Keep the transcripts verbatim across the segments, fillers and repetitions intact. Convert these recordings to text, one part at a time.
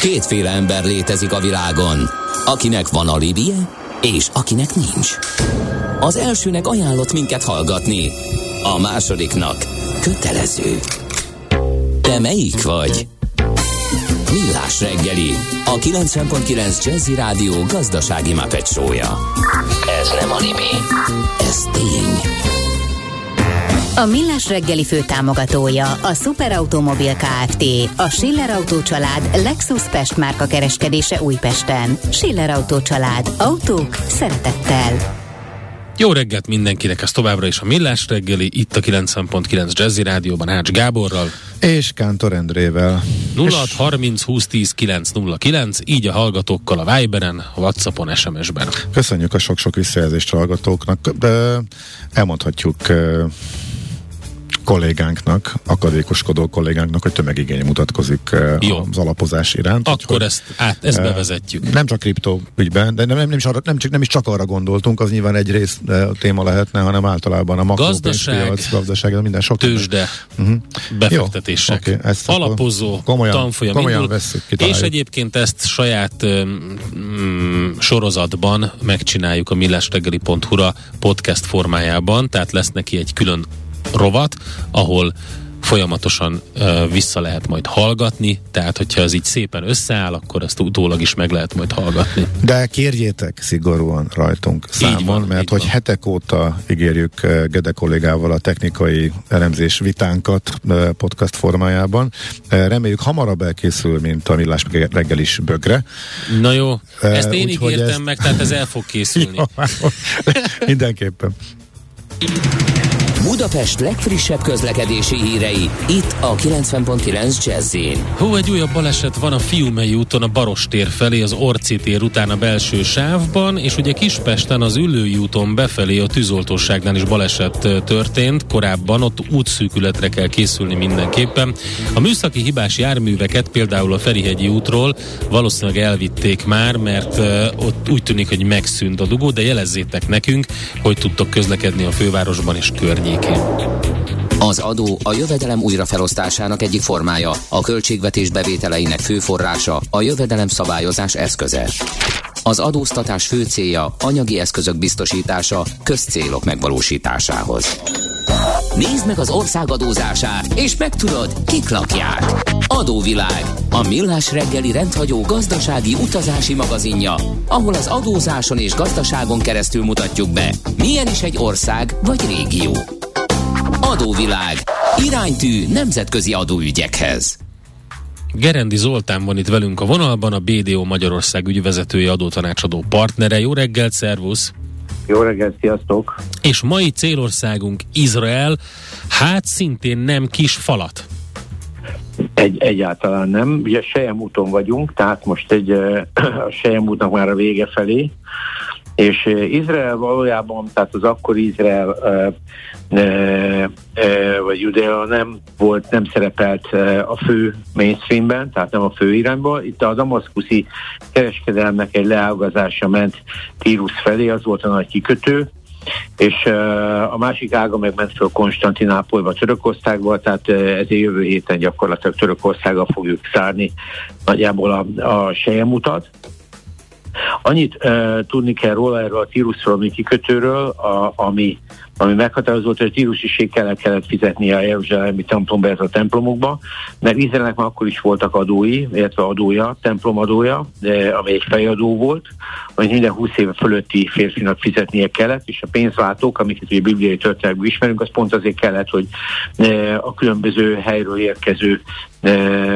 Kétféle ember létezik a világon, akinek van alibije, és akinek nincs. Az elsőnek ajánlott minket hallgatni, a másodiknak kötelező. Te melyik vagy? Millás reggeli, a kilencven pont kilenc Jazzy Rádió gazdasági Muppet show-ja. Ez nem anime, ez tény. A Millás reggeli főtámogatója a Superautomobil Kft. A Schiller Autó család Lexus Pest márka kereskedése Újpesten. Schiller Autó család. Autók szeretettel. Jó reggelt mindenkinek, ez továbbra is a Millás reggeli, itt a kilencven pont kilenc Jazzy Rádióban Ács Gáborral. És Kántor Endrével. nulla hat harminc húsz tíz kilenc nulla kilenc, így a hallgatókkal a Viberen, WhatsAppon, es em es-ben. Köszönjük a sok-sok visszajelzést a hallgatóknak. De elmondhatjuk kollégánknak, akadékoskodó kollégánknak, hogy tömegigény mutatkozik Jó. az alapozás iránt. Akkor úgyhogy, ezt, át, ezt bevezetjük. Nem csak kriptó ügyben, de nem, nem, is arra, nem, csak, nem is csak arra gondoltunk, az nyilván egy rész a téma lehetne, hanem általában a makrópénzpiac, gazdaság, minden sok. Tőzsde, uh-huh. befektetések, Jó, okay, alapozó, komolyan, tanfolyam komolyan indul, vesszük, és egyébként ezt saját um, sorozatban megcsináljuk a millásreggeli pont hu-ra podcast formájában, tehát lesz neki egy külön rovat, ahol folyamatosan uh, vissza lehet majd hallgatni, tehát hogyha ez így szépen összeáll, akkor ezt utólag is meg lehet majd hallgatni. De kérjétek szigorúan rajtunk számon, van, mert hogy van. Hetek óta ígérjük uh, Gede kollégával a technikai elemzés vitánkat uh, podcast formájában. Uh, reméljük hamarabb elkészül, mint a Millás reggelis bögre. Na jó, uh, ezt én úgy, ígértem ezt... meg, tehát ez el fog készülni. Mindenképpen. Budapest legfrissebb közlekedési hírei, itt a kilencven pont kilenc Jazzyn. Hú, egy újabb baleset van a Fiumei úton a Barostér felé, az Orci tér után a belső sávban, és ugye Kispesten az Üllői úton befelé a tűzoltóságnál is baleset történt, korábban ott útszűkületre kell készülni mindenképpen. A műszaki hibás járműveket például a Ferihegyi útról valószínűleg elvitték már, mert uh, ott úgy tűnik, hogy megszűnt a dugó, de jelezzétek nekünk, hogy tudtok közlekedni a fővárosban és környékén. Az adó a jövedelem újrafelosztásának egyik formája, a költségvetés bevételeinek fő forrása, a jövedelem szabályozás eszköze. Az adóztatás fő célja anyagi eszközök biztosítása közcélok megvalósításához. Nézd meg az ország adózását, és megtudod, kik lakják. Adóvilág, a Millás reggeli rendhagyó gazdasági utazási magazinja, ahol az adózáson és gazdaságon keresztül mutatjuk be, milyen is egy ország vagy régió. Adóvilág, iránytű nemzetközi adóügyekhez. Gerendi Zoltán van itt velünk a vonalban, a bé dé o Magyarország ügyvezetője, adótanácsadó partnere. Jó reggelt, szervusz! Jó reggelt, sziasztok! És mai célországunk Izrael, hát szintén nem kis falat. Egy, egyáltalán nem. Ugye Sejem úton vagyunk, tehát most egy a Sejem útnak már a vége felé, és Izrael valójában, tehát az akkori Izrael e, e, e, vagy Judea nem volt, nem szerepelt a fő mainstreamben, tehát nem a fő irányban. Itt a damaszkuszi kereskedelmnek egy leágazása ment Tírus felé, az volt a nagy kikötő, és uh, a másik ága meg ment fel Konstantinápolyba, Törökországba, tehát uh, ezért jövő héten gyakorlatilag Törökországgal fogjuk zárni nagyjából a, a Sejem utat. Annyit uh, tudni kell róla, erről a Tírusról, ami kikötőről, a, ami, ami meghatározott, hogy a tírusiség kellett, kellett fizetnie a jeruzsálemi templomba, ez a templomokba, mert Izraelnek már akkor is voltak adói, illetve adója, templomadója, de, ami egy fejadó volt, amit minden húsz éve fölötti férfinak fizetnie kellett, és a pénzváltók, amiket ugye bibliai történetből ismerünk, az pont azért kellett, hogy a különböző helyről érkező e,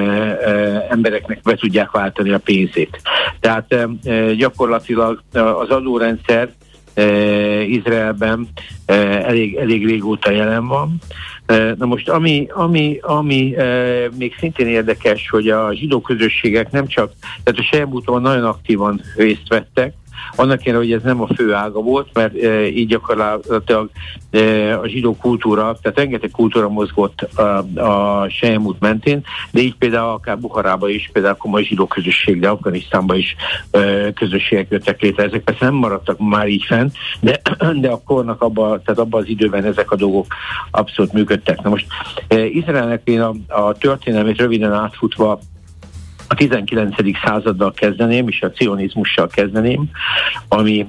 e, embereknek be tudják váltani a pénzét. Tehát e, gyakorlatilag az adórendszer e, Izraelben e, elég, elég régóta jelen van. E, na most ami, ami, ami e, még szintén érdekes, hogy a zsidó közösségek nem csak, tehát a Sejem úton nagyon aktívan részt vettek, annak ellenére, hogy ez nem a fő ága volt, mert e, így gyakorlatilag e, a zsidó kultúra, tehát rengeteg kultúra mozgott a, a Sejem út mentén, de így például akár Buharában is, például komoly zsidó közösség, de Afganisztánban is e, közösségek jöttek létre. Ezek persze nem maradtak már így fenn, de, de a kornak abban, tehát abban az időben ezek a dolgok abszolút működtek. Na most e, Izraelnek én a, a történelmét röviden átfutva a tizenkilencedik századdal kezdeném, és a cionizmussal kezdeném, ami,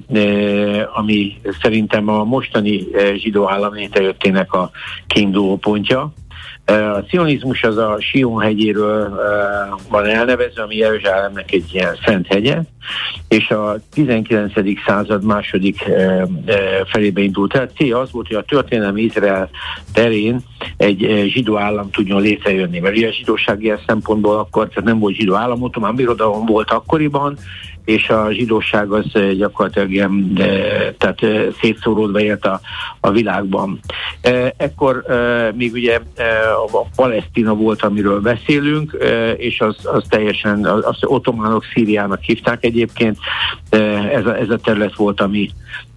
ami szerintem a mostani zsidó állam létrejöttének a kiinduló pontja. A cionizmus az a Sion hegyéről van elnevezve, ami Jeruzsálemnek egy ilyen szent hegye, és a tizenkilencedik század második felébe indult el. Célja az volt, hogy a történelmi Izrael terén egy zsidó állam tudjon létrejönni, mert ugye a zsidóság ilyen szempontból akkor, tehát nem volt zsidó állam, ottomán birodalom volt akkoriban, és a zsidóság az gyakorlatilag ilyen, tehát szétszóródva élt a, a világban. Ekkor még ugye a Palesztina volt, amiről beszélünk, és az, az teljesen, az ottománok Szíriának hívták egyébként, ez a, ez a terület volt, ami,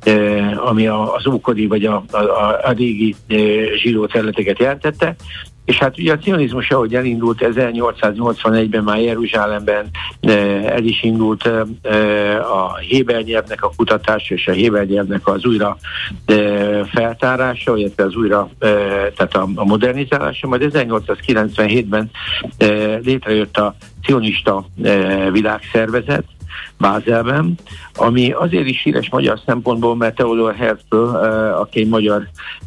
ami az ókori vagy a, a, a régi zsidó területeket jelentette. És hát ugye a cionizmus, ahogy elindult ezernyolcszáznyolcvanegyben már Jeruzsálemben, el is indult a héber nyelvnek a kutatása és a héber nyelvnek az újra feltárása, illetve az újra, tehát a modernizálása. Majd ezernyolcszázkilencvenhétben létrejött a cionista világszervezet Bázelben, ami azért is híres magyar szempontból, mert Theodor Herzl, aki egy magyar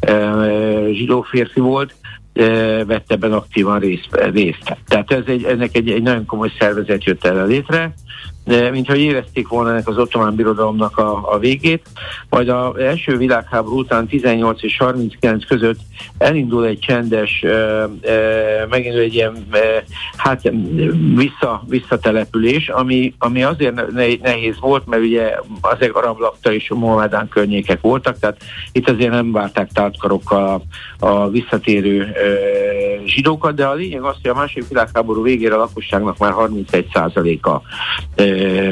zsidó férfi volt, vett ebben aktívan részt. részt. Tehát ez egy, ennek egy, egy nagyon komoly szervezet jött el létre, de mintha érezték volna ennek az ottomán birodalomnak a, a végét, majd az első világháború után tizennyolc és harminckilenc között elindul egy csendes, e, e, megindul egy ilyen e, hát vissza, visszatelepülés, ami, ami azért nehéz volt, mert ugye azért arab lakta és a Mohamedán környékek voltak, tehát itt azért nem várták tártkarokkal a, a visszatérő e, zsidókat, de a lényeg az, hogy a második világháború végére a lakosságnak már harmincegy százaléka e,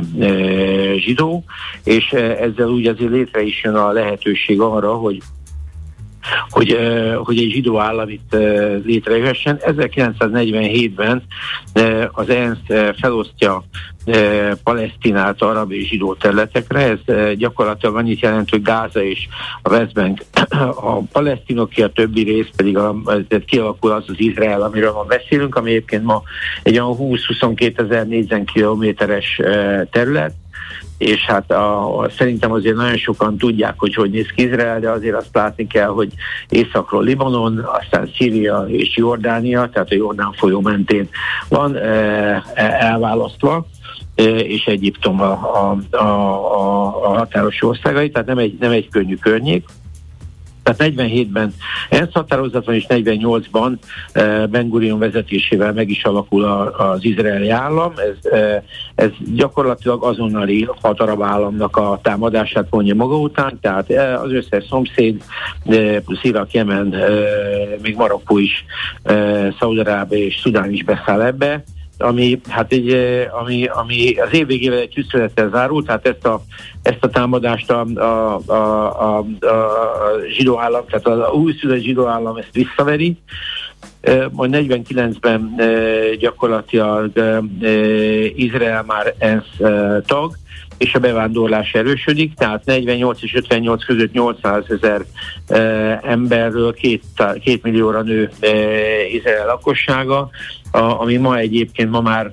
zsidó, és ezzel úgy azért létre is jön a lehetőség arra, hogy hogy, hogy egy zsidó állam itt létrejöhessen. ezerkilencszáznegyvenhétben az é en es felosztja Palesztinát arab és zsidó területekre. Ez gyakorlatilag annyit jelent, hogy Gáza és a West Bank a palesztinoké, a többi rész pedig a, kialakul az az Izrael, amiről ma beszélünk, ami egyébként ma egy olyan húsz-huszonkétezer négyzetkilométeres terület, és hát a, a, szerintem azért nagyon sokan tudják, hogy hogy néz ki Izrael, de azért azt látni kell, hogy északról Libanon, aztán Szíria és Jordánia, tehát a Jordán folyó mentén van e, e, elválasztva, e, és Egyiptom a, a, a, a, a határos országai, tehát nem egy, nem egy könnyű környék. Tehát negyvenhétben é en es határozat van, és negyvennyolcban Ben Gurion vezetésével meg is alakul a, az izraeli állam. Ez, ez gyakorlatilag azonnali hat arab államnak a támadását vonja maga után, tehát az összes szomszéd, plusz Irak, Jemen, még Marokkó is, Szaúd-Arábia és Szudán is beszáll ebbe, ami, hát egy, ami, ami az év végével egy tűzszünettel zárult, tehát ezt a, ezt a támadást a, a, a, a, a zsidó állam, tehát az újszülött zsidó állam ezt visszaveri, majd negyvenkilencben gyakorlatilag Izrael már é en es tag, és a bevándorlás erősödik, tehát negyvennyolc és ötvennyolc között nyolcszázezer e, emberről két, két millióra nő e, Izrael lakossága, a, ami ma egyébként ma már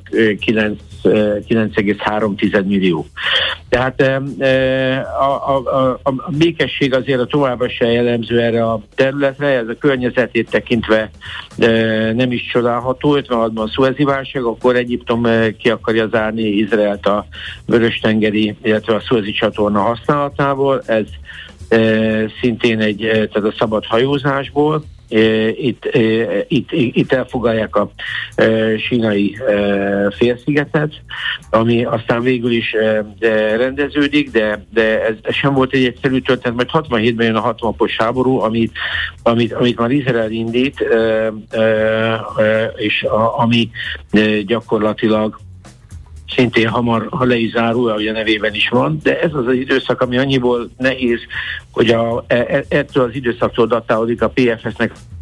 kilenc egész három millió. Tehát e, a, a, a, a békesség azért a továbbra se jellemző erre a területre, ez a környezetét tekintve e, nem is csodálható. ötvenhatban a Szuezi válság, akkor Egyiptom ki akarja zárni Izraelt a Vörös-tengeri, illetve a Szuezi csatorna használatából. Ez e, szintén egy, tehát a szabad hajózásból. E, itt, e, itt, itt elfoglalják a e, sínai e, félszigetet, ami aztán végül is e, de rendeződik, de, de ez, ez sem volt egy egyszerű történet, mert hatvanhétben jön a hatvanapos háború, amit, amit, amit már Izrael indít, e, e, e, és a, ami e, gyakorlatilag szintén hamar, ha le is zárul, ahogy a nevében is van, de ez az az időszak, ami annyiból nehéz, hogy a, e, ettől az időszaktól datálódik a pé ef es-nek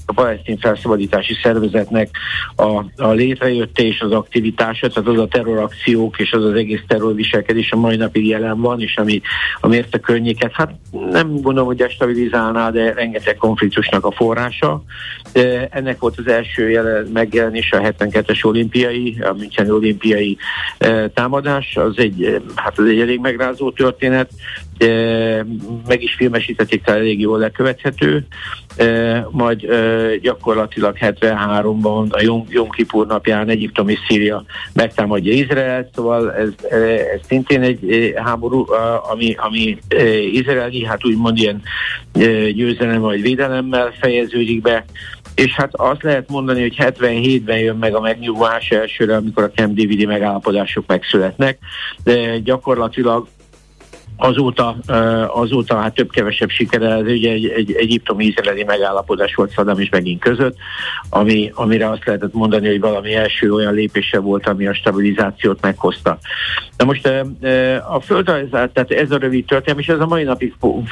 a palesztin felszabadítási szervezetnek a, a létrejötte és az aktivitása, tehát az a terrorakciók és az az egész terrorviselkedés a mai napig jelen van, és ami, ami ezt a környéket, hát nem gondolom, hogy destabilizálná, de rengeteg konfliktusnak a forrása. De ennek volt az első jelen, megjelenése a hetvenkettes olimpiai, a müncheni olimpiai e, támadás, az egy, hát az egy elég megrázó történet, e, meg is filmesítették, tehát elég jól lekövethető. E, majd e, gyakorlatilag hetvenháromban a Jom, Jom Kipur napján Egyiptom és Szíria megtámadja Izraelt, szóval ez, ez szintén egy háború, ami, ami izraeli, hát úgymond ilyen győzelem vagy védelemmel fejeződik be, és hát azt lehet mondani, hogy hetvenhétben jön meg a megnyugvás elsőre, amikor a Camp Davidi megállapodások megszületnek, de gyakorlatilag Azóta, azóta hát több-kevesebb sikere, ez ugye egy, egy egyiptomi-izraeli megállapodás volt Szaddam és Begin között, ami, amire azt lehetett mondani, hogy valami első olyan lépése volt, ami a stabilizációt meghozta. De most a földrajzát, tehát ez a rövid történet, és ez a mai napig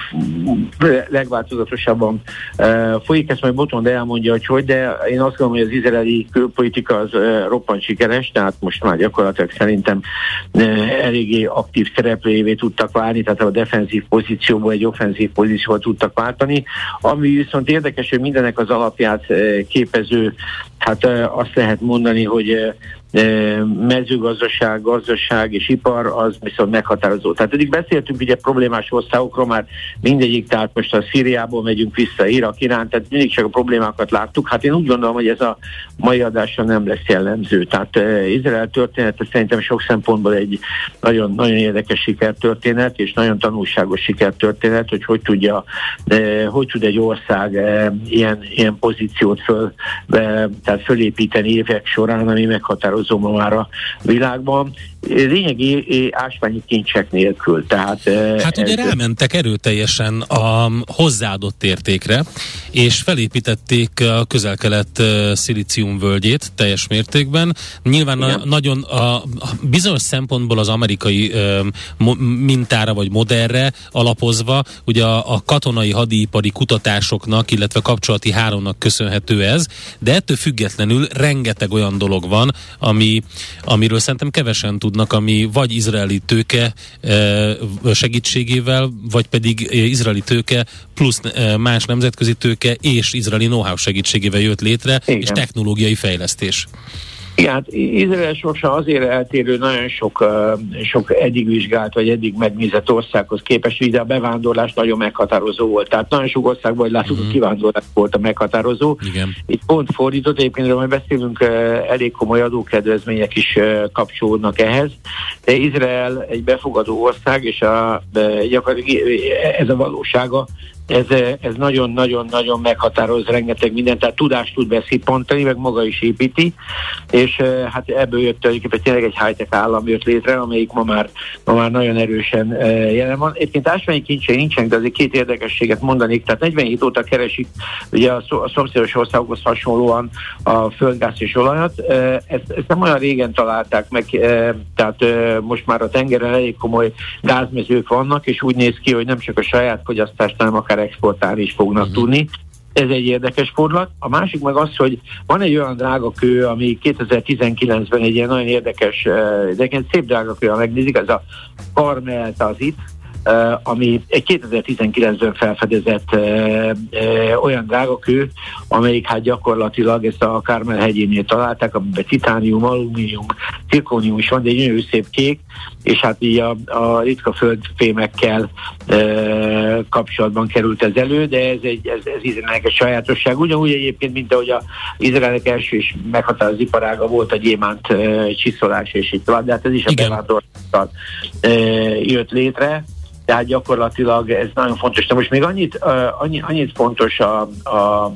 legváltozatosabban folyik, ezt majd Botond elmondja, hogy hogy, de én azt gondolom, hogy az izraeli külpolitika az roppant sikeres, tehát most már gyakorlatilag szerintem eléggé aktív szereplőjévé tudtak válni, tehát a defenzív pozícióból egy offenzív pozícióval tudtak váltani. Ami viszont érdekes, hogy mindennek az alapját képező, hát azt lehet mondani, hogy mezőgazdaság, gazdaság és ipar, az viszont meghatározó. Tehát eddig beszéltünk ugye problémás országokról, már mindegyik, tehát most a Szíriából megyünk vissza Irak, Irán, tehát mindig csak a problémákat láttuk. Hát én úgy gondolom, hogy ez a mai adásra nem lesz jellemző. Tehát uh, Izrael története szerintem sok szempontból egy nagyon, nagyon érdekes sikertörténet, és nagyon tanulságos sikertörténet, hogy hogy tudja, uh, hogy tud egy ország uh, ilyen, ilyen pozíciót föl, uh, tehát fölépíteni évek során, ami meghatározó ma már a világban. Lényegi ásványi kincsek nélkül. Tehát, hát ugye ez... rámentek erőteljesen a hozzáadott értékre, és felépítették a Közel-Kelet szilíciumvölgyét teljes mértékben. Nyilván a, nagyon a, a bizonyos szempontból az amerikai uh, mintára vagy modellre alapozva, ugye a, a katonai hadipari kutatásoknak, illetve kapcsolati hálónak köszönhető ez, de ettől függetlenül rengeteg olyan dolog van, ami, amiről szerintem kevesen tudnak, ami vagy izraeli tőke segítségével, vagy pedig izraeli tőke plusz más nemzetközi tőke és izraeli know-how segítségével jött létre, igen, és technológiai fejlesztés. Igen, hát Izrael sorsa azért eltérő nagyon sok, sok eddig vizsgált, vagy eddig megnézett országhoz képest, hogy ide a bevándorlás nagyon meghatározó volt. Tehát nagyon sok országban, hogy látjuk, uh-huh. a kivándorlás volt a meghatározó. Igen. Itt pont fordított, egyébként majd beszélünk, elég komoly adókedvezmények is kapcsolódnak ehhez. De Izrael egy befogadó ország, és a, gyakorlatilag ez a valósága, Ez, ez nagyon-nagyon-nagyon meghatároz rengeteg mindent, tehát tudást tud beszippantani, meg maga is építi, és hát ebből jött tulajdonképpen tényleg egy high-tech állam jött létre, amelyik ma már, ma már nagyon erősen jelen van. Egyébként ásványi kincsei nincsenek, de azért két érdekességet mondanék, tehát negyvenhét óta keresik ugye a, szó, a szomszédos országokhoz hasonlóan a földgáz és olajat. Ezt, ezt nem olyan régen találták meg, tehát most már a tengeren elég komoly gázmezők vannak, és úgy néz ki, hogy nem csak a saját fogyasztást, hanem akár exportálni is fognak uh-huh. tudni. Ez egy érdekes fordulat. A másik meg az, hogy van egy olyan drágakő, ami kétezer-tizenkilencben egy ilyen nagyon érdekes, de szép drágakő, ha megnézik, ez a Karmel-Tazit, Uh, ami egy kétezer-tizenkilencben felfedezett uh, uh, olyan drágakő, amelyik hát gyakorlatilag ezt a Kármel hegyénél találták, amiben titánium, alumínium, zirkónium is van, de egy nagyon szép kék, és hát így a, a ritka földfémekkel uh, kapcsolatban került ez elő, de ez egy ez, ez Izraelnek egy sajátosság. Ugyanúgy egyébként, mint ahogy az Izraelnek első és meghatározó iparága volt a gyémánt uh, csiszolás és így tovább, de hát ez is a bevándorlással uh, jött létre. Tehát gyakorlatilag ez nagyon fontos. De most még annyit, uh, annyi, annyit fontos a, a,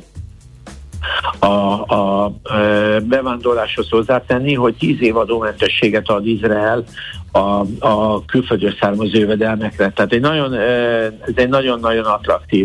a, a, a bevándorláshoz hozzátenni, hogy tíz év adómentességet ad Izrael a, a külföldről származó jövedelmekre. Tehát egy nagyon, ez egy nagyon-nagyon attraktív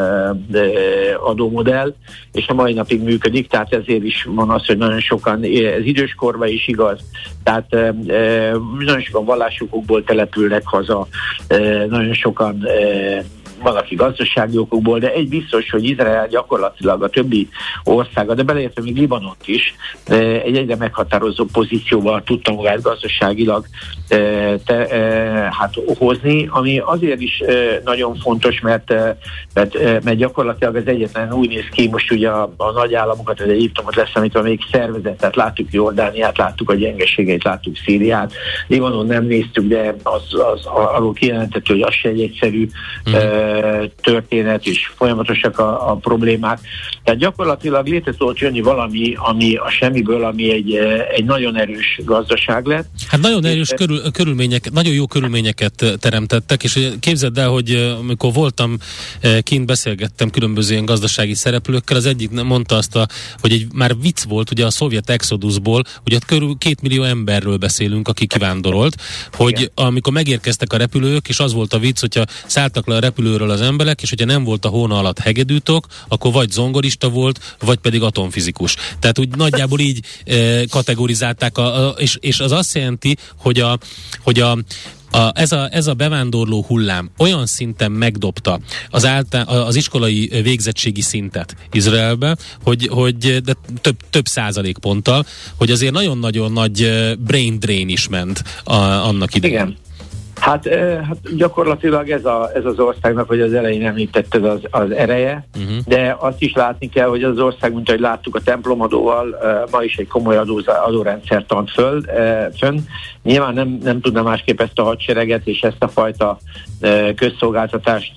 adómodell, és a mai napig működik, tehát ezért is van az, hogy nagyon sokan, ez időskorban is igaz, tehát nagyon sokan vallásokból települnek haza, nagyon sokan van, aki gazdasági okokból, de egy biztos, hogy Izrael gyakorlatilag a többi országa, de beleértve még Libanont is, egy egyre meghatározó pozícióval tudta magát gazdaságilag te, hát hozni, ami azért is nagyon fontos, mert, mert, mert gyakorlatilag az egyetlen úgy néz ki, most ugye a, a nagy államokat, az Egyiptomot leszámítva még szervezetet, láttuk Jordániát, láttuk a gyengeségeit, láttuk Szíriát, Libanon nem néztük, de az, az arról kijelenthető, hogy az se egy egyszerű mm. uh, történet, és folyamatosak a, a problémák. Tehát gyakorlatilag létre tudott jönni valami, ami a semmiből, ami egy, egy nagyon erős gazdaság lett. Hát nagyon erős és, körül, körülmények, nagyon jó körülményeket teremtettek, és képzeld el, hogy amikor voltam kint, beszélgettem különböző ilyen gazdasági szereplőkkel, az egyik mondta azt, a, hogy egy már vicc volt, ugye a szovjet exodusból, ugye körül két millió emberről beszélünk, aki kivándorolt, hogy igen. Amikor megérkeztek a repülők, és az volt a vicc, hogyha szálltak le a repülőről az emberek, és hogyha nem volt a hóna alatt hegedűtok, akkor vagy zongorista volt, vagy pedig atomfizikus. Tehát úgy nagyjából így e, kategorizálták, a, a, és, és az azt jelenti, hogy a, hogy a A, ez, a, ez a bevándorló hullám olyan szinten megdobta az, által, az iskolai végzettségi szintet Izraelbe, hogy, hogy de több, több százalékponttal, hogy azért nagyon-nagyon nagy brain drain is ment a, annak idején. Igen. Hát, hát gyakorlatilag ez, a, ez az országnak, hogy az elején említetted az, az ereje, uh-huh. de azt is látni kell, hogy az ország, mint ahogy láttuk a templomadóval, ma is egy komoly adó, adórendszer tart föl, fönn. Nyilván nem, nem tudna másképp ezt a hadsereget és ezt a fajta közszolgáltatást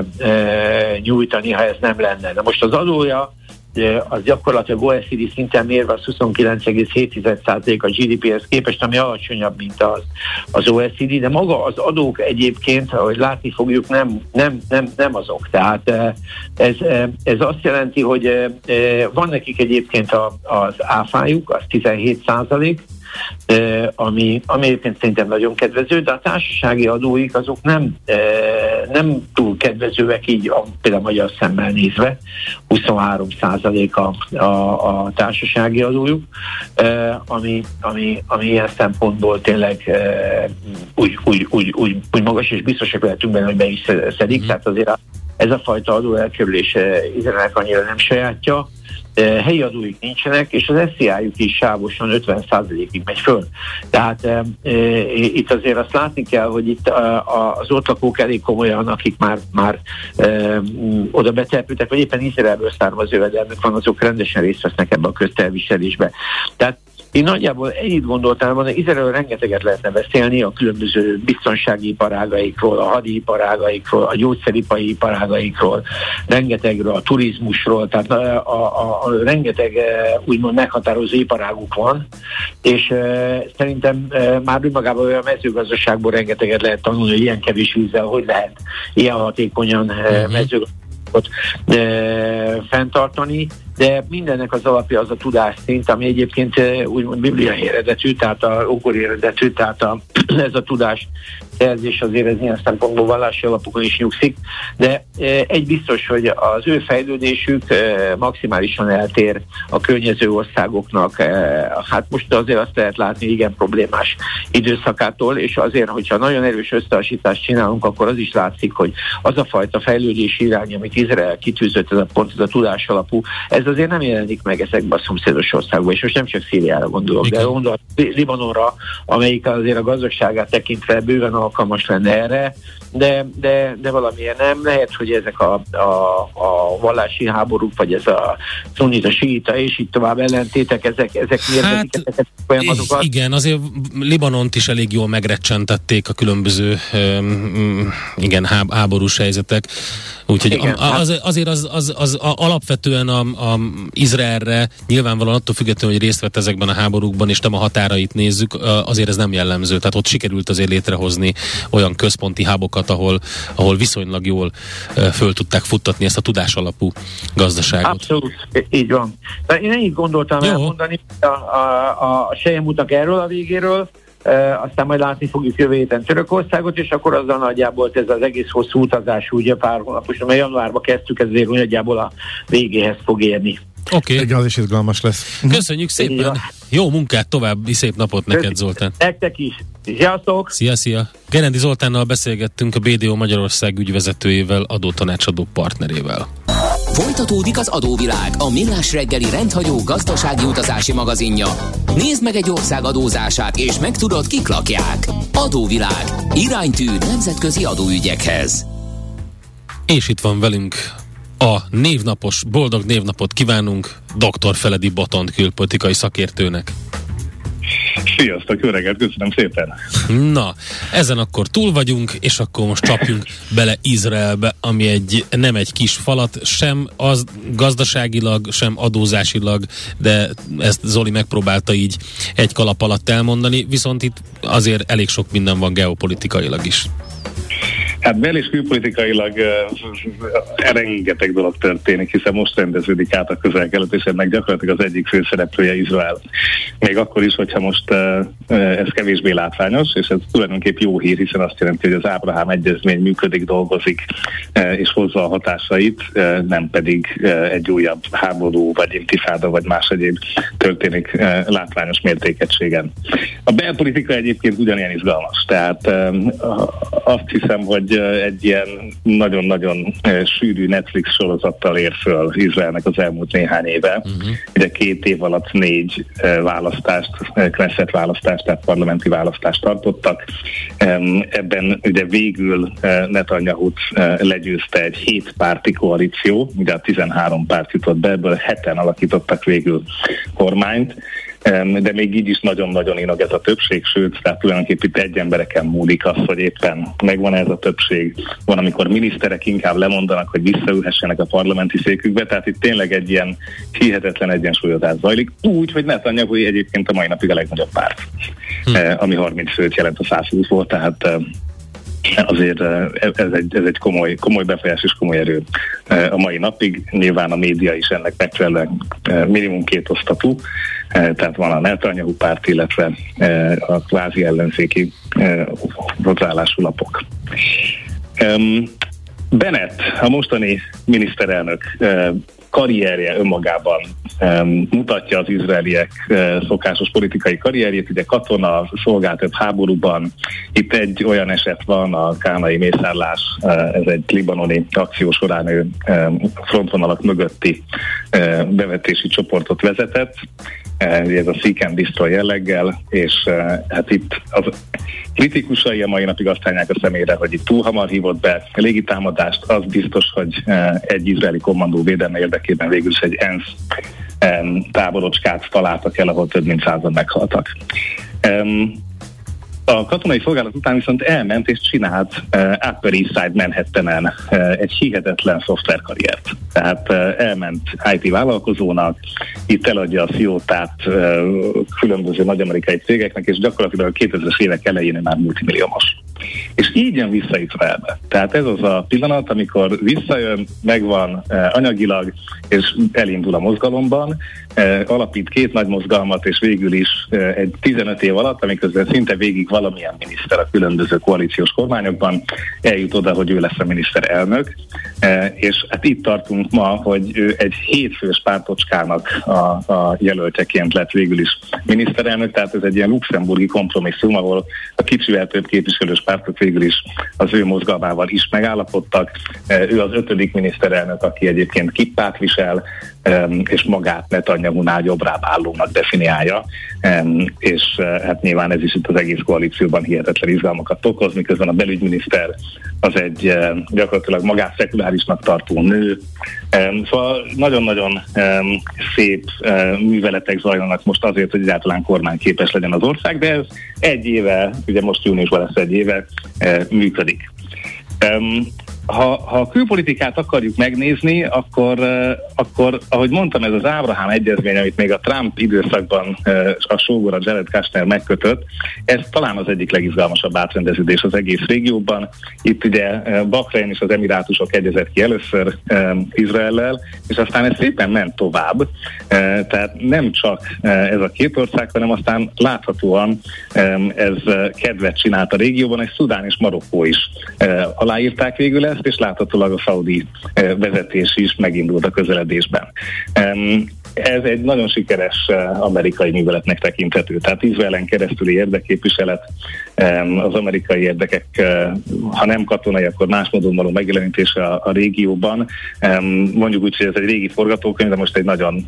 nyújtani, ha ez nem lenne. Na most az adója az gyakorlatilag o e cé dé szinten mérve az huszonkilenc egész hét százalék a gé dé pé-hez képest, ami alacsonyabb, mint az, az o e cé dé, de maga az adók egyébként, ahogy látni fogjuk, nem, nem, nem, nem azok. Tehát ez, ez azt jelenti, hogy van nekik egyébként az áfájuk, az tizenhét százalék, ami, ami egyébként szerintem nagyon kedvező, de a társasági adóik azok nem, nem túl kedvezőek így, a, például magyar szemmel nézve, huszonhárom százalék a, a, a társasági adójuk, ami, ami, ami ilyen szempontból tényleg úgy, úgy, úgy, úgy, úgy magas, és biztosak lehetünk benne, hogy be is szedik, mm-hmm. tehát azért ez a fajta adó elkerülése Izraelnek annyira nem sajátja. Helyi adóik nincsenek, és az es zé á-juk is sávosan ötven százalékig megy föl. Tehát e, e, itt azért azt látni kell, hogy itt a, az ott lakók elég komolyan, akik már, már e, oda betelepültek, vagy éppen Izraelből származó jövedelmük van, azok rendesen részt vesznek ebbe a közterviselésbe. Tehát én nagyjából ennyit gondoltam, hogy Izraelről rengeteget lehetne beszélni a különböző biztonsági iparágaikról, a hadiiparágaikról, a gyógyszeripari iparágaikról, rengetegről, a turizmusról, tehát a, a, a, a rengeteg úgymond meghatározó iparáguk van, és e, szerintem e, már önmagában olyan mezőgazdaságból rengeteget lehet tanulni, hogy ilyen kevés vízzel hogy lehet ilyen hatékonyan e, mezőgazdaságot e, fenntartani. De mindennek az alapja az a tudásszint, ami egyébként úgymond bibliai eredetű, tehát a ókori eredetű, tehát a, ez a tudás szerzés azért ez ilyen szempontból vallási alapokon is nyugszik, de egy biztos, hogy az ő fejlődésük maximálisan eltér a környező országoknak. Hát most azért azt lehet látni, igen problémás időszakától, és azért, hogyha nagyon erős összehasonlítást csinálunk, akkor az is látszik, hogy az a fajta fejlődési irány, amit Izrael kitűzött, ez a pont, ez a tudás alapú, ez azért nem jelenik meg ezekben a szomszédos országokban, és most nem csak Szíriára gondolok, igen. de gondolok Libanonra, amelyik azért a gazdaságát tekintve bőven alkalmas lenne erre, de, de, de valamilyen nem. Lehet, hogy ezek a, a, a vallási háborúk, vagy ez a szunita, síita, és így tovább ellentétek, ezek, ezek mérgetik hát, ezeket a folyamatokat. Igen, azért Libanont is elég jól megrecsentették a különböző um, igen, háborús helyzetek. Úgyhogy igen, a, az, azért az, az, az a, alapvetően a, a Izraelre nyilvánvalóan attól függetlenül, hogy részt vett ezekben a háborúkban, és nem a határait nézzük, azért ez nem jellemző. Tehát ott sikerült azért létrehozni olyan központi hubokat, ahol, ahol viszonylag jól föl tudták futtatni ezt a tudás alapú gazdaságot. Abszolút, így van. De én ennyit gondoltam Jó. elmondani a, a, a selyemútnak erről a végéről, e, aztán majd látni fogjuk jövő héten Törökországot, és akkor azzal nagyjából ez az egész hosszú utazás, ugye pár hónapos, mert januárban kezdtük, ezért nagyjából a végéhez fog érni. Oké. Okay. Az is izgalmas lesz. Köszönjük szépen. Jó munkát, további szép napot neked, Köszönjük. Zoltán. Nektek is. Sziasztok! Szia, szia! Gerendi Zoltánnal beszélgettünk, a bé dé o Magyarország ügyvezetőjével, adótanácsadó partnerével. Folytatódik az adóvilág, a millás reggeli rendhagyó gazdasági utazási magazinja. Nézd meg egy ország adózását, és megtudod, kik lakják. Adóvilág. Iránytű nemzetközi adóügyekhez. És itt van velünk a névnapos, boldog névnapot kívánunk doktor Feledi Botond külpolitikai szakértőnek. Sziasztok, jó reggelt, köszönöm szépen. Na, ezen akkor túl vagyunk, és akkor most csapjunk bele Izraelbe, ami egy, nem egy kis falat, sem az gazdaságilag, sem adózásilag, de ezt Zoli megpróbálta így egy kalap alatt elmondani, viszont itt azért elég sok minden van geopolitikailag is. Hát bel- és külpolitikailag uh, rengeteg dolog történik, hiszen most rendeződik át a Közel-Kelet, és ennek gyakorlatilag az egyik főszereplője Izrael. Még akkor is, hogyha most uh, ez kevésbé látványos, és ez tulajdonképp jó hír, hiszen azt jelenti, hogy az Ábrahám egyezmény működik, dolgozik, uh, és hozza a hatásait, uh, nem pedig uh, egy újabb háború, vagy intifáda, vagy más egyéb történik uh, látványos mértékegységen. A belpolitika egyébként ugyanilyen izgalmas, tehát uh, azt hiszem, hogy egy ilyen nagyon-nagyon sűrű Netflix sorozattal ér föl Izraelnek az elmúlt néhány éve. Uh-huh. Ugye két év alatt négy választást, Knesset választást, tehát parlamenti választást tartottak. Ebben ugye végül Netanyahut legyőzte egy hét párti koalíció, ugye a tizenhárom párt jutott be, ebből heten alakítottak végül kormányt, de még így is nagyon-nagyon inog ez a többség, sőt, tehát tulajdonképpen itt egy embereken múlik az, hogy éppen megvan ez a többség. Van, amikor miniszterek inkább lemondanak, hogy visszaülhessenek a parlamenti székükbe, tehát itt tényleg egy ilyen hihetetlen egyensúlyozás zajlik, úgy, hogy Netanyahu egyébként a mai napig a legnagyobb párt, hm. ami harminc főt jelent a száz húszból, tehát azért ez egy, ez egy komoly, komoly befolyás és komoly erő a mai napig. Nyilván a média is ennek megfelelően minimum két osztatú, tehát van a Netanyahu párt, illetve a kvázi ellenzéki hozzáállású lapok. Bennett, a mostani miniszterelnök karrierje önmagában um, mutatja az izraeliek uh, szokásos politikai karrierjét, ugye katona, szolgált több háborúban, itt egy olyan eset van, a kánai mészárlás, uh, ez egy libanoni akció során ő um, frontvonalak mögötti uh, bevetési csoportot vezetett, uh, ez a seek and destroy jelleggel, és uh, hát itt az kritikusai a mai napig azt állják a szemére, hogy itt túl hamar hívott be légitámadást, az biztos, hogy uh, egy izraeli kommandó védelme érdekében végül is egy ENSZ um, táborocskát találtak el, ahol több mint százan meghaltak. Um, A katonai szolgálat után viszont elment és csinált uh, Upper East Side Manhattanen uh, egy hihetetlen szoftverkarriert. Tehát uh, elment i té vállalkozónak, itt eladja a fiótát uh, különböző nagy-amerikai cégeknek, és gyakorlatilag a kétezres évek elején már multimilliómos. És így jön vissza Izraelbe. Tehát ez az a pillanat, amikor visszajön, megvan uh, anyagilag, és elindul a mozgalomban, uh, alapít két nagy mozgalmat, és végül is uh, egy tizenöt év alatt, amiközben szinte végig valamilyen miniszter a különböző koalíciós kormányokban eljut oda, hogy ő lesz a miniszterelnök, uh, és hát itt tartunk ma, hogy ő egy hétfős pártocskának a, a jelöltjeként lett végül is miniszterelnök, tehát ez egy ilyen luxemburgi kompromisszum, ahol a kicsivel több képviselős pártok végül is az ő mozgalmával is megállapodtak. Ő az ötödik miniszterelnök, aki egyébként kippát visel, és magát Netanyahunál jobbrább állónak definiálja, és hát nyilván ez is itt az egész koalícióban hihetetlen izgalmakat okoz, miközben a belügyminiszter az egy gyakorlatilag magát szekulárisnak tartó nő. Szóval nagyon-nagyon szép műveletek zajlanak most azért, hogy egyáltalán kormányképes legyen az ország, de ez egy éve, ugye most júniusban lesz egy éve, működik. ha, ha a külpolitikát akarjuk megnézni, akkor, akkor, ahogy mondtam, ez az Ábrahám egyezmény, amit még a Trump időszakban a sógora Jared Kushner megkötött, ez talán az egyik legizgalmasabb átrendeződés az egész régióban. Itt ugye Bahrein és az Emirátusok egyezett ki először Izraellel, és aztán ez szépen ment tovább. Tehát nem csak ez a két ország, hanem aztán láthatóan ez kedvet csinált a régióban, és Szudán és Marokkó is aláírták végül ezt, és láthatólag a szaudi vezetés is megindult a közeledésben. Ez egy nagyon sikeres amerikai műveletnek tekinthető. Tehát Izraelen keresztüli érdekképviselet, az amerikai érdekek, ha nem katonai, akkor más módon való megjelenítése a, a régióban. Mondjuk úgy, hogy ez egy régi forgatókönyv, de most egy nagyon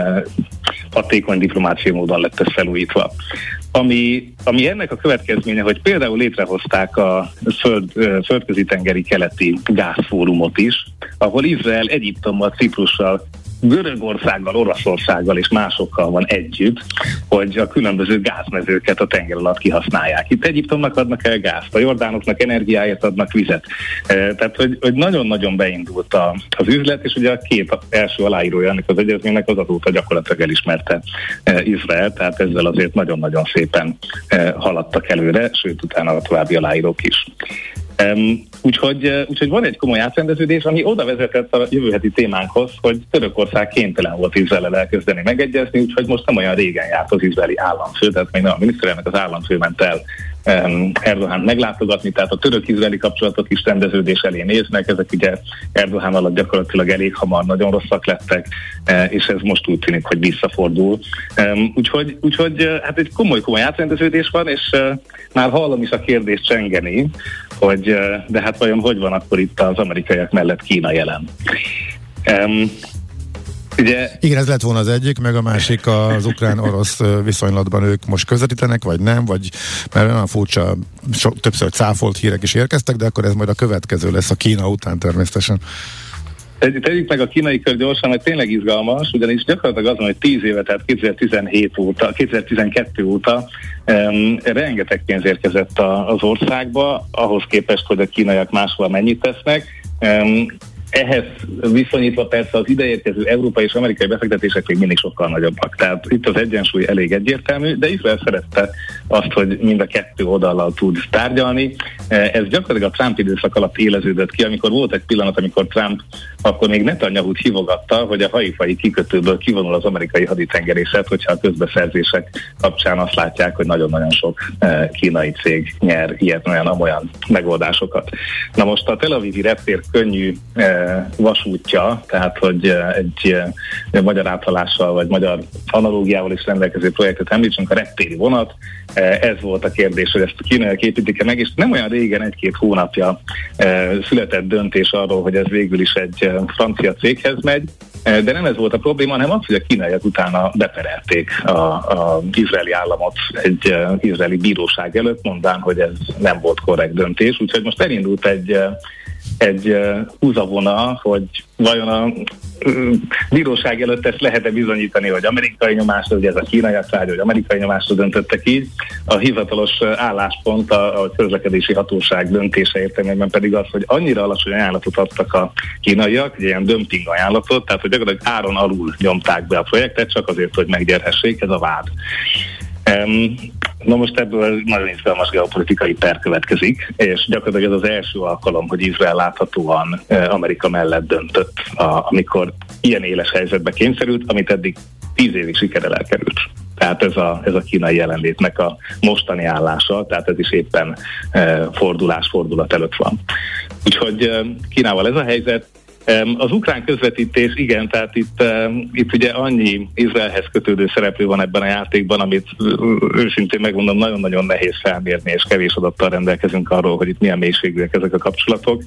hatékony diplomáciai módon lett ez felújítva. Ami, ami ennek a következménye, hogy például létrehozták a föld, földközi-tengeri keleti gázfórumot is, ahol Izrael Egyiptommal, Ciprussal, Görögországgal, Oroszországgal és másokkal van együtt, hogy a különböző gázmezőket a tenger alatt kihasználják. Itt Egyiptomnak adnak el gázt, a jordánoknak energiáért adnak vizet. Tehát, hogy, hogy nagyon-nagyon beindult a, az üzlet, és ugye a két első aláírója ennek az egyezménynek az azóta gyakorlatilag elismerte Izrael, tehát ezzel azért nagyon-nagyon szépen haladtak előre, sőt utána a további aláírók is. Um, úgyhogy, úgyhogy van egy komoly átrendeződés, ami oda vezetett a jövő heti témánkhoz, hogy Törökország kénytelen volt Izraellel elkezdeni megegyezni, úgyhogy most nem olyan régen járt az izraeli államfő, tehát még nem a miniszterelnök, az államfő ment el um, Erdoğan meglátogatni, tehát a török-izraeli kapcsolatok is rendeződés elé néznek, ezek ugye Erdoğan alatt gyakorlatilag elég hamar nagyon rosszak lettek, uh, és ez most úgy tűnik, hogy visszafordul. Um, úgyhogy, úgyhogy uh, hát egy komoly-komoly átrendeződés van, és uh, már hallom is a kérdést csengeni, hogy de hát vajon hogy van akkor itt az amerikaiak mellett Kína jelen. Um, ugye, Igen, ez lett volna az egyik, meg a másik az ukrán-orosz viszonylatban ők most közvetítenek, vagy nem, vagy mert olyan furcsa, so, többször cáfolt hírek is érkeztek, de akkor ez majd a következő lesz a Kína után természetesen. Tegyük meg a kínai kör gyorsan, mert tényleg izgalmas, ugyanis gyakorlatilag azon, hogy tíz éve, tehát kétezer-tizenhét óta, kétezer-tizenkettő óta um, rengeteg pénz érkezett a, az országba, ahhoz képest, hogy a kínaiak máshol mennyit tesznek. Um, Ehhez viszonyítva persze az ideérkező európai és amerikai befektetések még mindig sokkal nagyobbak. Tehát itt az egyensúly elég egyértelmű, de Izrael szerette azt, hogy mind a kettő oldallal tud tárgyalni. Ez gyakorlatilag a Trump időszak alatt éleződött ki, amikor volt egy pillanat, amikor Trump akkor még Netanyahut hívogatta, hogy a haifai kikötőből kivonul az amerikai haditengerészet, hogyha a közbeszerzések kapcsán azt látják, hogy nagyon-nagyon sok kínai cég nyer ilyen-olyan megoldásokat. Na most a Tel Avivi reptér könnyű vasútja, tehát hogy egy magyar áthalással vagy magyar analógiával is rendelkező projektet említsünk, a reptéri vonat. Ez volt a kérdés, hogy ezt a kínaiak építik-e meg, és nem olyan régen, egy-két hónapja született döntés arról, hogy ez végül is egy francia céghez megy, de nem ez volt a probléma, hanem az, hogy a kínaiak utána beperelték az izraeli államot egy izraeli bíróság előtt, mondván, hogy ez nem volt korrekt döntés, úgyhogy most elindult egy egy uh, húzavona, hogy vajon a uh, bíróság előtt ezt lehet-e bizonyítani, hogy amerikai nyomásra, ugye ez a kínaiak tárgya, hogy amerikai nyomásra döntöttek így. A hivatalos álláspont a, a közlekedési hatóság döntése értelmében pedig az, hogy annyira alacsony ajánlatot adtak a kínaiak, egy ilyen dömping ajánlatot, tehát hogy gyakorlatilag áron alul nyomták be a projektet, csak azért, hogy meggyerhessék, ez a vád. Um, na most ebből nagyon izgalmas geopolitikai per következik, és gyakorlatilag ez az első alkalom, hogy Izrael láthatóan uh, Amerika mellett döntött, a, amikor ilyen éles helyzetbe kényszerült, amit eddig tíz évig sikerrel elkerült. Tehát ez a, ez a kínai jelenlétnek a mostani állása, tehát ez is éppen uh, fordulás, fordulat előtt van. Úgyhogy uh, Kínával ez a helyzet. Az ukrán közvetítés, igen, tehát itt, itt ugye annyi Izraelhez kötődő szereplő van ebben a játékban, amit őszintén megmondom, nagyon-nagyon nehéz felmérni, és kevés adattal rendelkezünk arról, hogy itt milyen mélységűek ezek a kapcsolatok,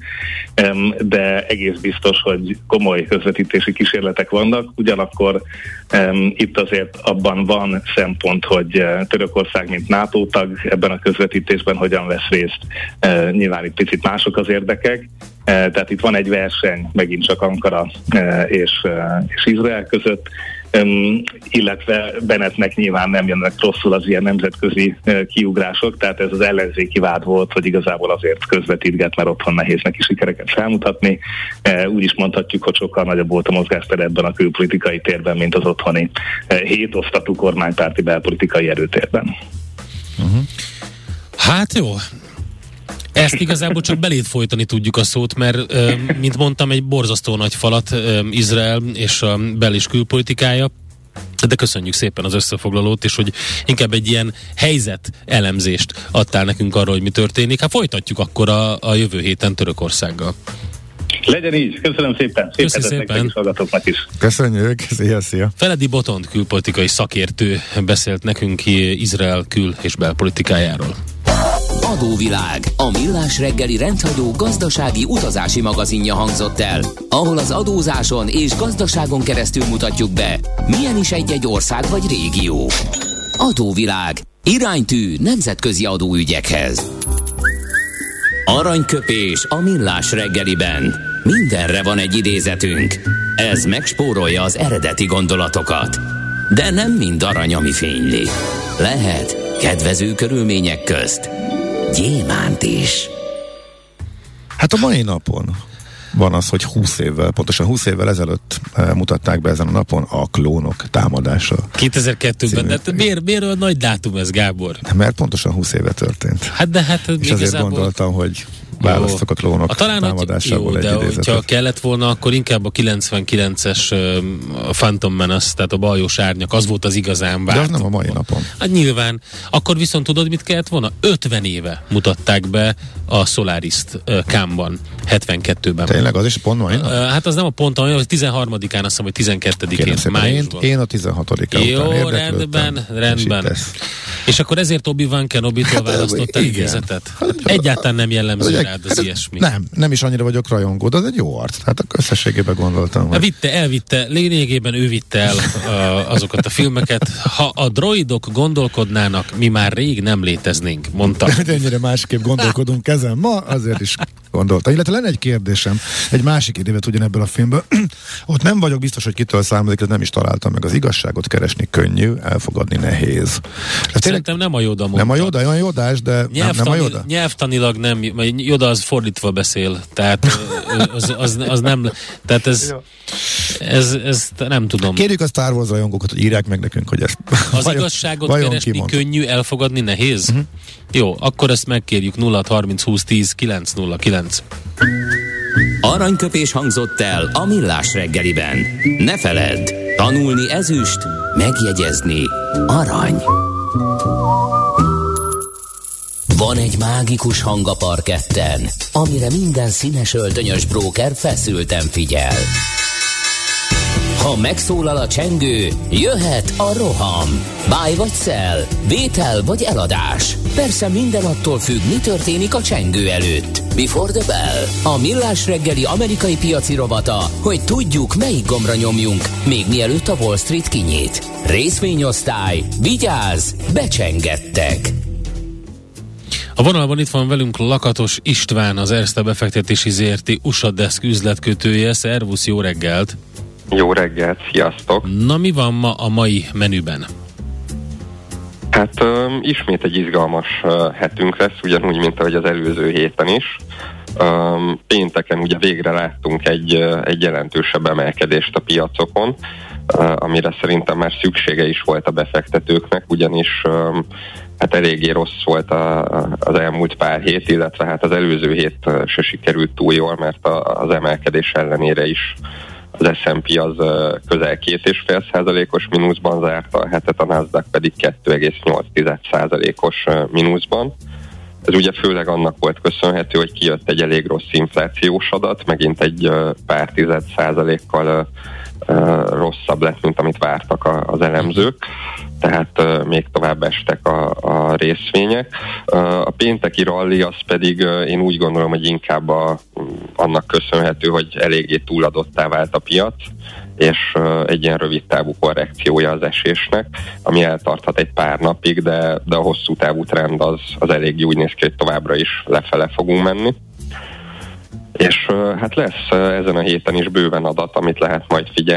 de egész biztos, hogy komoly közvetítési kísérletek vannak, ugyanakkor itt azért abban van szempont, hogy Törökország, mint NATO tag ebben a közvetítésben hogyan vesz részt, nyilván itt picit mások az érdekek, tehát itt van egy verseny megint csak Ankara és, és Izrael között, um, illetve Bennettnek nyilván nem jönnek rosszul az ilyen nemzetközi uh, kiugrások, tehát ez az ellenzéki vád volt, hogy igazából azért közvetítget, mert otthon nehéz neki sikereket felmutatni. Uh, úgy is mondhatjuk, hogy sokkal nagyobb volt a mozgástér ebben a külpolitikai térben, mint az otthoni uh, hétosztatú kormánypárti belpolitikai erőtérben. Uh-huh. Hát jó. Ezt igazából csak beléd folytani tudjuk a szót, mert, mint mondtam, egy borzasztó nagy falat Izrael és a bel- és külpolitikája, de köszönjük szépen az összefoglalót, és hogy inkább egy ilyen helyzet elemzést adtál nekünk arról, hogy mi történik. Hát folytatjuk akkor a, a jövő héten Törökországgal. Legyen így, köszönöm szépen. Szép hetet nektek is, hallgatóknak is. Köszönjük, szia, szia. Feledi Botond külpolitikai szakértő beszélt nekünk Izrael kül- és belpolitikájáról. Adóvilág, a millás reggeli rendhagyó gazdasági utazási magazinja hangzott el, ahol az adózáson és gazdaságon keresztül mutatjuk be, milyen is egy-egy ország vagy régió. Adóvilág, iránytű nemzetközi adóügyekhez. Aranyköpés a millás reggeliben. Mindenre van egy idézetünk. Ez megspórolja az eredeti gondolatokat. De nem mind arany, ami fényli. Lehet kedvező körülmények közt gyémánt is. Hát a mai napon van az, hogy húsz évvel, pontosan húsz évvel ezelőtt mutatták be ezen a napon a klónok támadása. kétezer-kettőben, de miért, miért olyan nagy dátum ez, Gábor? Mert pontosan húsz éve történt. Hát de hát és azért igazából... gondoltam, hogy választok a klónok a talán, támadásából jó, egy de idézetet. hogyha kellett volna, akkor inkább a kilencvenkilences uh, Phantom Menace, tehát a baljós árnyak, az volt az igazán várt. De az nem a mai napon. Hát nyilván. Akkor viszont tudod, mit kellett volna? ötven éve mutatták be a Solaris-t uh, Cannes-ban, hetvenkettőben. Tényleg, az is pont mai nap? Uh, hát az nem a pont, olyan, hogy tizenharmadikán, azt hiszem, hogy tizenkettedikén májusban. Én, én a tizenhatodikán Jó, után rendben, rendben. És akkor ezért Obi-Wan Kenobi-tól hát, választottál idézetet? Egyáltalán nem jellemző rád az ilyesmi. Nem, nem is annyira vagyok rajongó, de az egy jó arc. Hát összességében gondoltam. Hogy... Vitte, elvitte, lényegében ő vitte el uh, azokat a filmeket. Ha a droidok gondolkodnának, mi már rég nem léteznénk, mondta. De ennyire másképp gondolkodunk ezen ma, azért is gondoltam. Illetve lenne egy kérdésem, egy másik idévet ugyanebből a filmből. Ott nem vagyok biztos, hogy kitől származik, de nem is találtam meg. Az igazságot keresni könnyű, elfogadni nehéz. Szerintem nem a Yoda mondta. Nem a Yoda, olyan Jodás, de Nyelvtani, nem, nem a Yoda. Nyelvtanilag nem, Yoda az fordítva beszél, tehát az, az, az nem, tehát ez, ez, ez nem tudom. Kérjük a Star Wars rajongókat, hogy írják meg nekünk, hogy ezt az vajon, igazságot vajon keresni kimond. Könnyű, elfogadni nehéz? Uh-huh. Jó, akkor ezt megkérjük nulla harminc húsz tíz kilenc nulla kilenc. Aranyköpés hangzott el a millás reggeliben. Ne feledd, tanulni ezüst, megjegyezni arany. Van egy mágikus hang a parketten, amire minden színes öltönyös bróker feszülten figyel. Ha megszólal a csengő, jöhet a roham. Buy vagy sell, vétel vagy eladás. Persze minden attól függ, mi történik a csengő előtt. Before the bell, a millás reggeli amerikai piaci rovata, hogy tudjuk, melyik gombra nyomjunk, még mielőtt a Wall Street kinyit. Részvényosztály, vigyázz, becsengettek! A vonalban itt van velünk Lakatos István, az Erste befektetési zé er té u es á Desk üzletkötője. Szervusz, jó reggelt! Jó reggelt, sziasztok! Na, mi van ma a mai menüben? Hát um, ismét egy izgalmas uh, hetünk lesz, ugyanúgy, mint ahogy az előző héten is. Um, pénteken ugye végre láttunk egy, uh, egy jelentősebb emelkedést a piacokon, uh, amire szerintem már szüksége is volt a befektetőknek, ugyanis um, hát eléggé rossz volt a, az elmúlt pár hét, illetve hát az előző hét se sikerült túl jól, mert a, az emelkedés ellenére is az es and pé az közel két egész öt százalékos mínuszban zárta, a hetet, a Nasdaq pedig kettő egész nyolc százalékos mínuszban. Ez ugye főleg annak volt köszönhető, hogy kijött egy elég rossz inflációs adat, megint egy pár tized százalékkal rosszabb lett, mint amit vártak az elemzők, tehát uh, még tovább estek a, a részvények. Uh, a pénteki rally az pedig uh, én úgy gondolom, hogy inkább a, annak köszönhető, hogy eléggé túladottá vált a piac, és uh, egy ilyen rövid távú korrekciója az esésnek, ami eltarthat egy pár napig, de, de a hosszú távú trend az, az eléggé úgy néz ki, hogy továbbra is lefele fogunk menni. És uh, hát lesz uh, ezen a héten is bőven adat, amit lehet majd figyelni.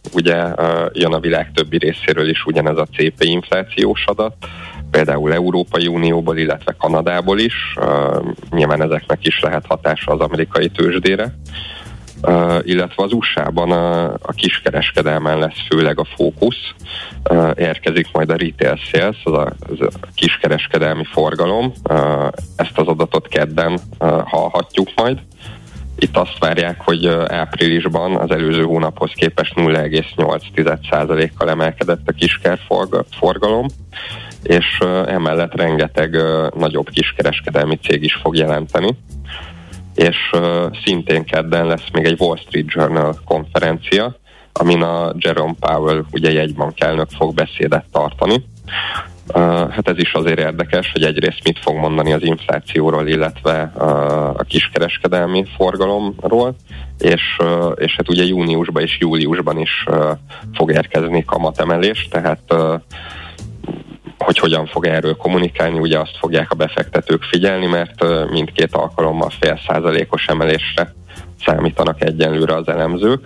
ugye jön a világ többi részéről is ugyanez a cé pé inflációs adat, például Európai Unióból, illetve Kanadából is. Nyilván ezeknek is lehet hatása az amerikai tőzsdére. Uh, illetve az u es á-ban a, a kiskereskedelmen lesz főleg a fókusz. Uh, érkezik majd a retail sales, az a, az a kiskereskedelmi forgalom. Uh, ezt az adatot kedden uh, hallhatjuk majd. Itt azt várják, hogy uh, áprilisban az előző hónaphoz képest nulla egész nyolc százalékkal emelkedett a kisker forgalom, és uh, emellett rengeteg uh, nagyobb kiskereskedelmi cég is fog jelenteni. És uh, szintén kedden lesz még egy Wall Street Journal konferencia, amin a Jerome Powell, ugye jegybank elnök fog beszédet tartani. Uh, hát ez is azért érdekes, hogy egyrészt mit fog mondani az inflációról, illetve uh, a kiskereskedelmi forgalomról, és, uh, és hát ugye júniusban és júliusban is uh, fog érkezni kamatemelés, tehát uh, hogy hogyan fog erről kommunikálni, ugye azt fogják a befektetők figyelni, mert mindkét alkalommal fél százalékos emelésre számítanak egyenlőre az elemzők.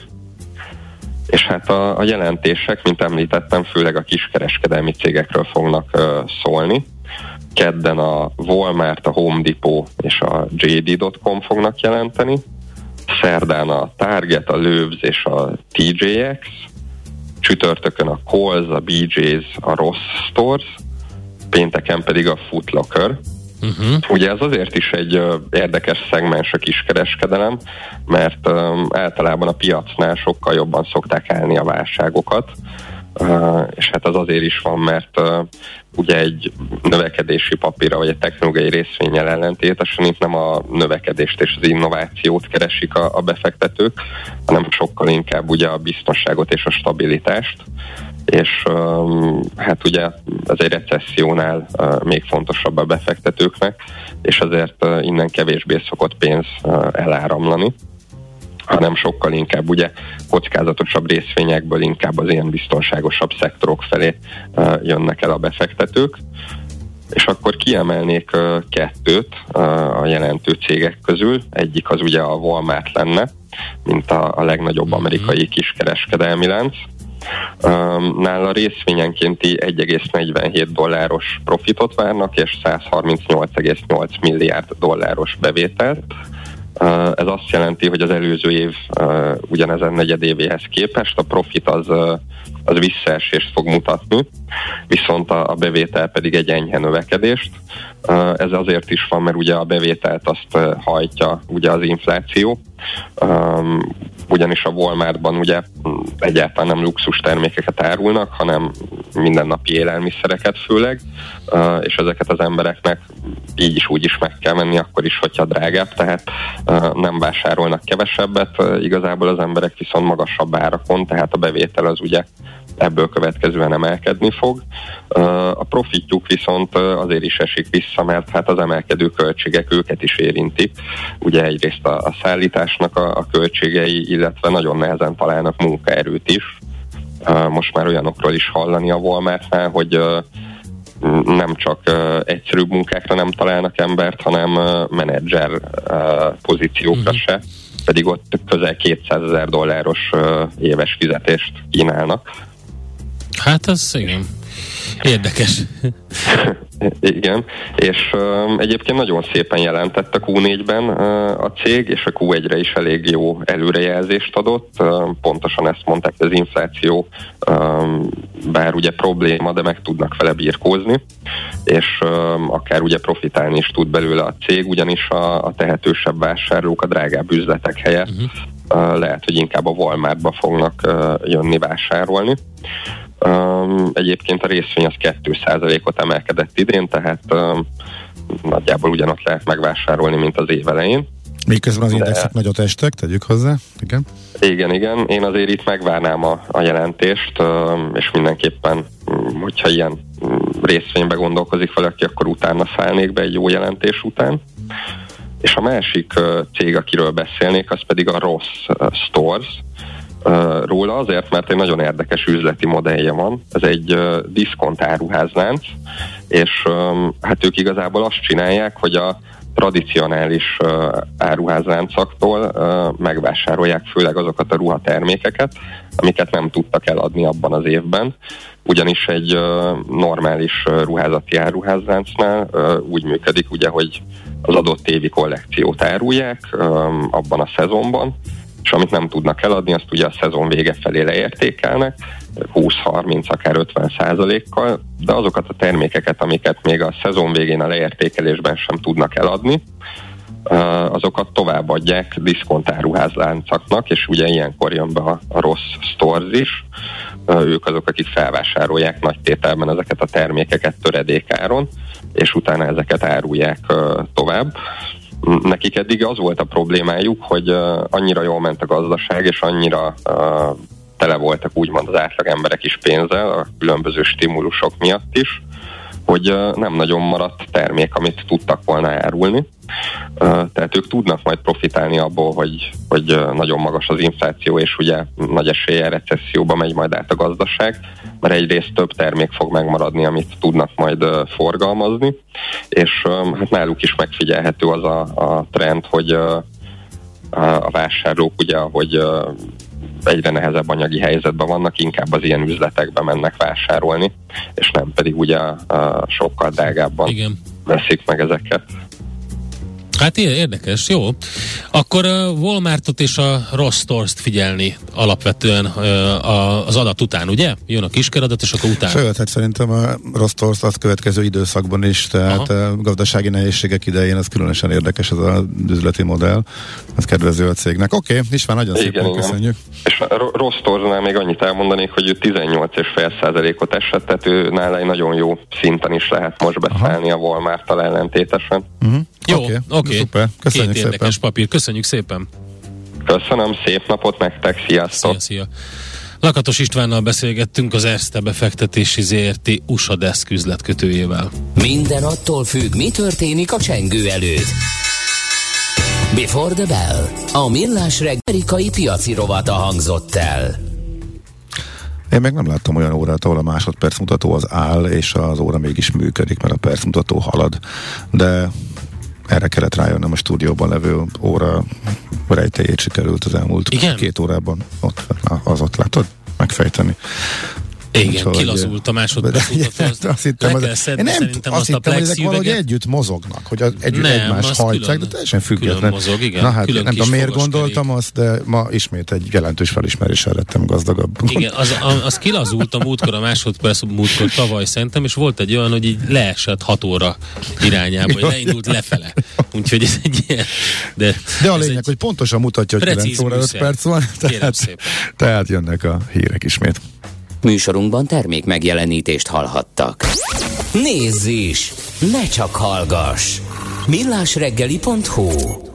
És hát a, a jelentések, mint említettem, főleg a kiskereskedelmi cégekről fognak uh, szólni. Kedden a Walmart, a Home Depot és a jé dé pont com fognak jelenteni. Szerdán a Target, a Lowe's és a té jé iksz. Csütörtökön a Kohl's, a bé jé's, a Ross Stores, pénteken pedig a Foot Locker. Uh-huh. Ugye ez azért is egy uh, érdekes szegmens a kiskereskedelem, mert um, általában a piacnál sokkal jobban szokták állni a válságokat, uh, és hát az azért is van, mert uh, ugye egy növekedési papírra vagy egy technológiai részvénnyel ellentétesen itt nem a növekedést és az innovációt keresik a, a befektetők, hanem sokkal inkább ugye a biztonságot és a stabilitást, és um, hát ugye ez egy recessziónál uh, még fontosabb a befektetőknek, és azért uh, innen kevésbé szokott pénz uh, eláramlani, hanem sokkal inkább ugye kockázatosabb részvényekből inkább az ilyen biztonságosabb szektorok felé uh, jönnek el a befektetők. És akkor kiemelnék uh, kettőt uh, a jelentő cégek közül. Egyik az ugye a Walmart lenne, mint a, a legnagyobb amerikai kiskereskedelmi lánc. Um, nála részvényenkénti egy egész negyvenhét dolláros profitot várnak, és száz harmincnyolc egész nyolc milliárd dolláros bevételt. Uh, ez azt jelenti, hogy az előző év uh, ugyanezen negyedévéhez képest a profit az, uh, az visszaesést fog mutatni, viszont a, a bevétel pedig egy enyhe növekedést. Uh, ez azért is van, mert ugye a bevételt azt uh, hajtja ugye az infláció, um, ugyanis a Walmartban ugye egyáltalán nem luxus termékeket árulnak, hanem mindennapi élelmiszereket főleg, uh, és ezeket az embereknek így is úgy is meg kell venni, akkor is, hogyha drágább, tehát uh, nem vásárolnak kevesebbet, uh, igazából az emberek viszont magasabb árakon, tehát a bevétel az ugye ebből következően emelkedni fog. Uh, a profitjuk viszont uh, azért is esik vissza, mert hát az emelkedő költségek őket is érintik. Ugye egyrészt a, a szállításnak a, a költségei, illetve nagyon nehezen találnak munkaerőt is. Uh, most már olyanokról is hallani a Walmartnál, hogy uh, nem csak uh, egyszerűbb munkákra nem találnak embert, hanem uh, menedzser uh, pozíciókra uh-huh. se, pedig ott közel kétszázezer dolláros uh, éves fizetést kínálnak. Hát ez igen. Érdekes. Igen, és uh, egyébként nagyon szépen jelentett a kú négyben uh, a cég, és a kú egyre is elég jó előrejelzést adott. Uh, pontosan ezt mondták, hogy az infláció um, bár ugye probléma, de meg tudnak vele birkózni, és um, akár ugye profitálni is tud belőle a cég, ugyanis a, a tehetősebb vásárlók a drágább üzletek helyett uh-huh. uh, lehet, hogy inkább a Walmartba fognak uh, jönni vásárolni. Um, egyébként a részvény az két százalékot emelkedett idén, tehát um, nagyjából ugyanott lehet megvásárolni, mint az év elején. Miközben az indexek De... nagyot estek, tegyük hozzá. Igen, igen, igen. Én azért itt megvárnám a, a jelentést, um, és mindenképpen, um, hogyha ilyen um, részvénybe gondolkozik valaki, akkor utána szállnék be egy jó jelentés után. És a másik uh, cég, akiről beszélnék, az pedig a Ross uh, Stores. uh, róla, azért, mert egy nagyon érdekes üzleti modellje van. Ez egy uh, diszkont áruházlánc, és um, hát ők igazából azt csinálják, hogy a tradicionális uh, áruházláncoktól uh, megvásárolják főleg azokat a ruhatermékeket, amiket nem tudtak eladni abban az évben. Ugyanis egy uh, normális uh, ruházati áruházláncnál uh, úgy működik, ugye, hogy az adott évi kollekciót árulják um, abban a szezonban, és amit nem tudnak eladni, azt ugye a szezon vége felé leértékelnek, húsz-harminc, akár ötven százalékkal, de azokat a termékeket, amiket még a szezon végén a leértékelésben sem tudnak eladni, azokat továbbadják diszkontáruházláncaknak, és ugye ilyenkor jön be a, a rossz stores is. Ők azok, akik felvásárolják nagy tételben ezeket a termékeket töredékáron, és utána ezeket árulják tovább. Nekik eddig az volt a problémájuk, hogy annyira jól ment a gazdaság, és annyira tele voltak úgymond az átlag emberek is pénzzel, a különböző stimulusok miatt is, hogy nem nagyon maradt termék, amit tudtak volna árulni. Tehát ők tudnak majd profitálni abból, hogy, hogy nagyon magas az infláció, és ugye nagy eséllyel recesszióba megy majd át a gazdaság, mert egyrészt több termék fog megmaradni, amit tudnak majd forgalmazni, és hát náluk is megfigyelhető az a, a trend, hogy a vásárlók ugye, ahogy egyre nehezebb anyagi helyzetben vannak, inkább az ilyen üzletekbe mennek vásárolni, és nem pedig ugye a sokkal drágábban Igen. veszik meg ezeket. Hát érdekes, jó. Akkor a Walmartot és a Ross Stores-t figyelni alapvetően az adat után, ugye? Jön a kiskeradat, és akkor utána. Sőt, hát szerintem a Ross Stores az következő időszakban is, tehát Aha. gazdasági nehézségek idején az különösen érdekes ez az üzleti modell. Ez kedvező a cégnek. Oké, okay, István, nagyon igen, szépen igen. köszönjük. És a Ross Stores-nál még annyit elmondanék, hogy ő tizennyolc egész öt százalékot esett, tehát ő nála egy nagyon jó szinten is lehet most beszállni Aha. a Walmarttal ellentétesen. Uh-huh. Jó, oké. Okay. Okay. Szuper. Köszönjük Két érdekes szépen. papír. Köszönjük szépen. Köszönöm, szép napot nektek, sziasztok. Szia, szia. Lakatos Istvánnal beszélgettünk, az Erste befektetési zé er té u es á Desk üzletkötőjével. Minden attól függ, mi történik a csengő előtt. Before the Bell. A millás reggeli amerikai piaci rovata hangzott el. Én meg nem láttam olyan órát, ahol a másodperc mutató az áll, és az óra mégis működik, mert a perc mutató halad. De erre kellett rájönnem, a stúdióban levő óra rejtélyét sikerült az elmúlt Igen? két órában. Ott, az ott látod? Megfejteni. Igen, úgy, kilazult a másodperc mutató. Azt hittem, az, szedni, én nem azt hittem, hogy ezek valahogy együtt mozognak, hogy az együtt nem, egymást hajtják, de teljesen független. Mozog, igen, Na hát nem tudom, miért gondoltam azt, de ma ismét egy jelentős felismeréssel lettem gazdagabb. Igen, az, az kilazult a múltkor, a másodperc múltkor tavaly szerintem, és volt egy olyan, hogy így leesett hat óra irányába, hogy leindult lefele. Úgyhogy ez egy ilyen... De, de a lényeg, hogy pontosan mutatja, hogy kilenc óra öt perc van, tehát, tehát jönnek a hírek ismét. Műsorunkban termék megjelenítést hallhattak. Nézz is! Ne csak hallgass! millásreggeli pont hu